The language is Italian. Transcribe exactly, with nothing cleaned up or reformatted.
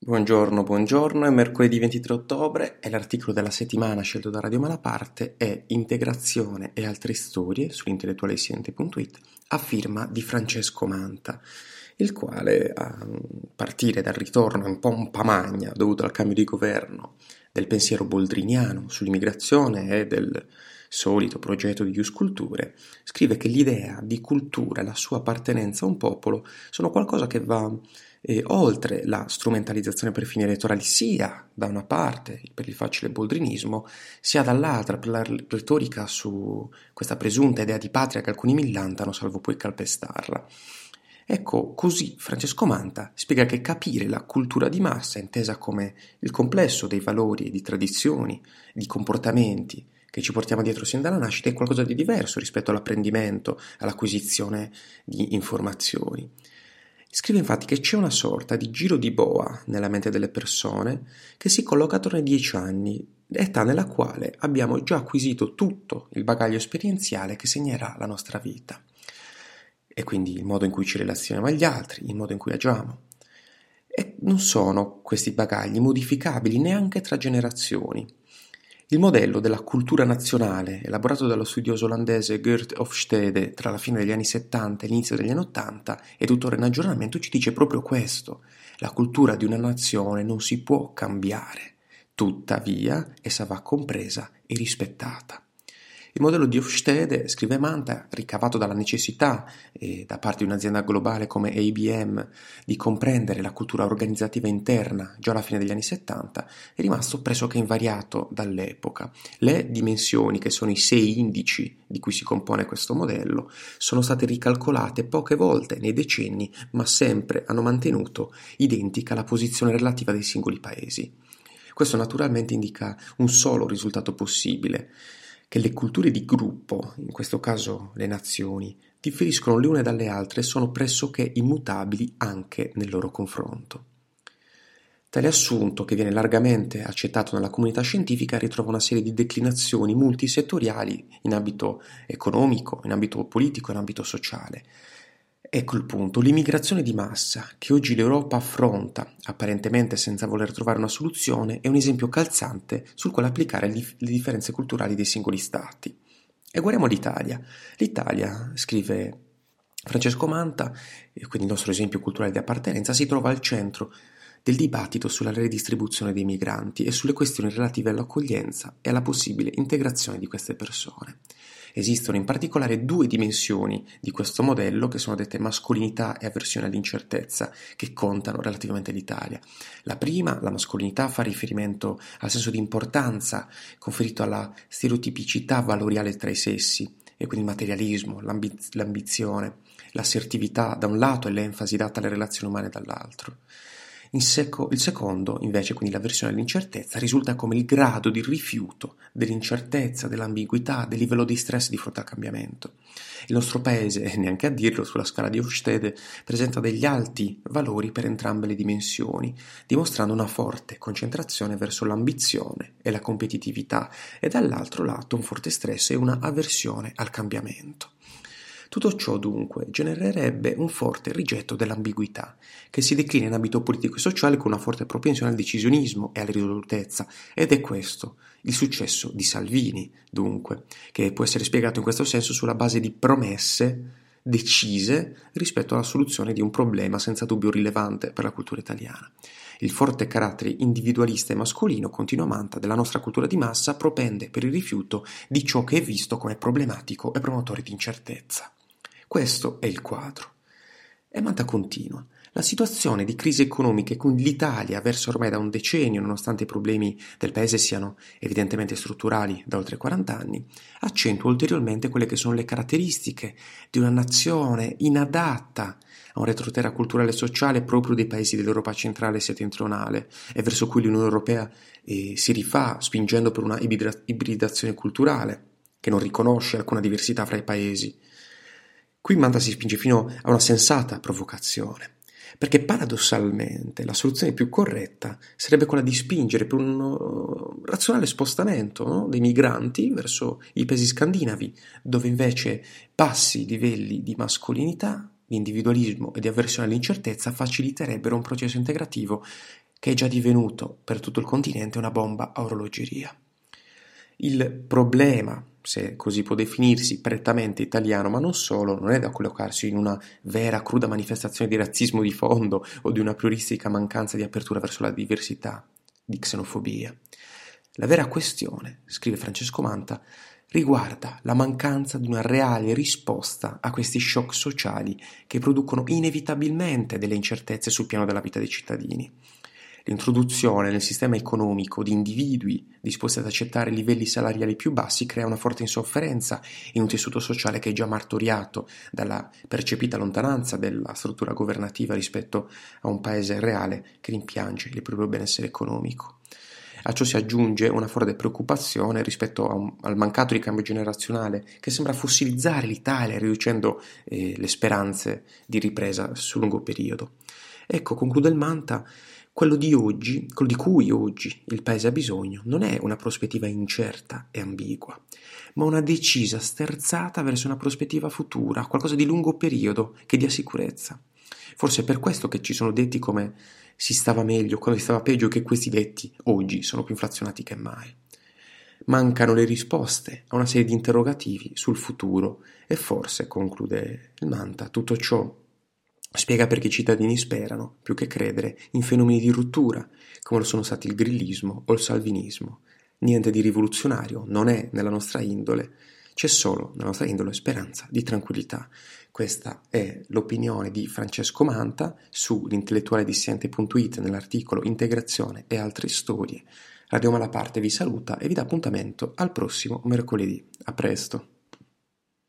Buongiorno, buongiorno, è mercoledì ventitré ottobre e l'articolo della settimana scelto da Radio Malaparte è Integrazione e altre storie su intellettualesciente punto it a firma di Francesco Manta, il quale, a partire dal ritorno in pompa magna dovuto al cambio di governo del pensiero boldriniano sull'immigrazione e del solito progetto di Ius Culturae, scrive che l'idea di cultura e la sua appartenenza a un popolo sono qualcosa che va e oltre la strumentalizzazione per fini elettorali sia da una parte per il facile boldrinismo, sia dall'altra per la retorica su questa presunta idea di patria che alcuni millantano salvo poi calpestarla. Ecco, così Francesco Manta spiega che capire la cultura di massa, intesa come il complesso dei valori e di tradizioni, di comportamenti che ci portiamo dietro sin dalla nascita, è qualcosa di diverso rispetto all'apprendimento, all'acquisizione di informazioni. Scrive infatti che c'è una sorta di giro di boa nella mente delle persone che si colloca attorno ai dieci anni, età nella quale abbiamo già acquisito tutto il bagaglio esperienziale che segnerà la nostra vita, e quindi il modo in cui ci relazioniamo agli altri, il modo in cui agiamo. E non sono questi bagagli modificabili neanche tra generazioni. Il modello della cultura nazionale, elaborato dallo studioso olandese Geert Hofstede tra la fine degli anni settanta e l'inizio degli anni ottanta, e tuttora in aggiornamento, ci dice proprio questo: la cultura di una nazione non si può cambiare, tuttavia essa va compresa e rispettata. Il modello di Hofstede, scrive Manta, ricavato dalla necessità eh, da parte di un'azienda globale come I B M di comprendere la cultura organizzativa interna già alla fine degli anni settanta, è rimasto pressoché invariato dall'epoca. Le dimensioni, che sono i sei indici di cui si compone questo modello, sono state ricalcolate poche volte nei decenni, ma sempre hanno mantenuto identica la posizione relativa dei singoli paesi. Questo naturalmente indica un solo risultato possibile: che le culture di gruppo, in questo caso le nazioni, differiscono le une dalle altre e sono pressoché immutabili anche nel loro confronto. Tale assunto, che viene largamente accettato nella comunità scientifica, ritrova una serie di declinazioni multisettoriali in ambito economico, in ambito politico e in ambito sociale. Ecco il punto: l'immigrazione di massa che oggi l'Europa affronta, apparentemente senza voler trovare una soluzione, è un esempio calzante sul quale applicare le differenze culturali dei singoli stati. E guardiamo l'Italia. L'Italia, scrive Francesco Manta, e quindi il nostro esempio culturale di appartenenza, si trova al centro del dibattito sulla redistribuzione dei migranti e sulle questioni relative all'accoglienza e alla possibile integrazione di queste persone. Esistono in particolare due dimensioni di questo modello, che sono dette mascolinità e avversione all'incertezza, che contano relativamente all'Italia. La prima, la mascolinità, fa riferimento al senso di importanza conferito alla stereotipicità valoriale tra i sessi, e quindi il materialismo, l'ambiz- l'ambizione, l'assertività da un lato e l'enfasi data alle relazioni umane dall'altro. In seco- il secondo, invece, quindi l'avversione all'incertezza, risulta come il grado di rifiuto dell'incertezza, dell'ambiguità, del livello di stress di fronte al cambiamento. Il nostro paese, neanche a dirlo, sulla scala di Hofstede, presenta degli alti valori per entrambe le dimensioni, dimostrando una forte concentrazione verso l'ambizione e la competitività, e dall'altro lato un forte stress e una avversione al cambiamento. Tutto ciò dunque genererebbe un forte rigetto dell'ambiguità, che si declina in ambito politico e sociale con una forte propensione al decisionismo e all'irrisolutezza, ed è questo il successo di Salvini, dunque, che può essere spiegato in questo senso sulla base di promesse decise rispetto alla soluzione di un problema senza dubbio rilevante per la cultura italiana. Il forte carattere individualista e mascolino, continua Manta, della nostra cultura di massa propende per il rifiuto di ciò che è visto come problematico e promotore di incertezza. Questo è il quadro. E Manta continua: la situazione di crisi economica in cui l'Italia versa ormai da un decennio, nonostante i problemi del paese siano evidentemente strutturali da oltre quaranta anni, accentua ulteriormente quelle che sono le caratteristiche di una nazione inadatta a un retroterra culturale e sociale proprio dei paesi dell'Europa centrale e settentrionale, e verso cui l'Unione Europea eh, si rifà, spingendo per una ibridazione culturale che non riconosce alcuna diversità fra i paesi. Qui Manta si spinge fino a una sensata provocazione, perché paradossalmente la soluzione più corretta sarebbe quella di spingere per un uh, razionale spostamento, no, dei migranti verso i paesi scandinavi, dove invece bassi livelli di mascolinità, di individualismo e di avversione all'incertezza faciliterebbero un processo integrativo che è già divenuto per tutto il continente una bomba a orologeria. Il problema, se così può definirsi, prettamente italiano, ma non solo, non è da collocarsi in una vera cruda manifestazione di razzismo di fondo o di una prioristica mancanza di apertura verso la diversità, di xenofobia. La vera questione, scrive Francesco Manta, riguarda la mancanza di una reale risposta a questi shock sociali che producono inevitabilmente delle incertezze sul piano della vita dei cittadini. L'introduzione nel sistema economico di individui disposti ad accettare livelli salariali più bassi crea una forte insofferenza in un tessuto sociale che è già martoriato dalla percepita lontananza della struttura governativa rispetto a un paese reale che rimpiange il proprio benessere economico. A ciò si aggiunge una forte preoccupazione rispetto a un, al mancato ricambio generazionale che sembra fossilizzare l'Italia, riducendo eh, le speranze di ripresa sul lungo periodo. Ecco, conclude il Manta, quello di oggi, quello di cui oggi il Paese ha bisogno, non è una prospettiva incerta e ambigua, ma una decisa sterzata verso una prospettiva futura, qualcosa di lungo periodo che dia sicurezza. Forse è per questo che ci sono detti come si stava meglio quando si stava peggio, che questi detti oggi sono più inflazionati che mai. Mancano le risposte a una serie di interrogativi sul futuro e forse, conclude il Manta, tutto ciò spiega perché i cittadini sperano, più che credere, in fenomeni di rottura, come lo sono stati il grillismo o il salvinismo. Niente di rivoluzionario non è nella nostra indole, c'è solo nella nostra indole speranza di tranquillità. Questa è l'opinione di Francesco Manta su l'intellettuale dissente punto it nell'articolo Integrazione e altre storie. Radio Malaparte vi saluta e vi dà appuntamento al prossimo mercoledì. A presto.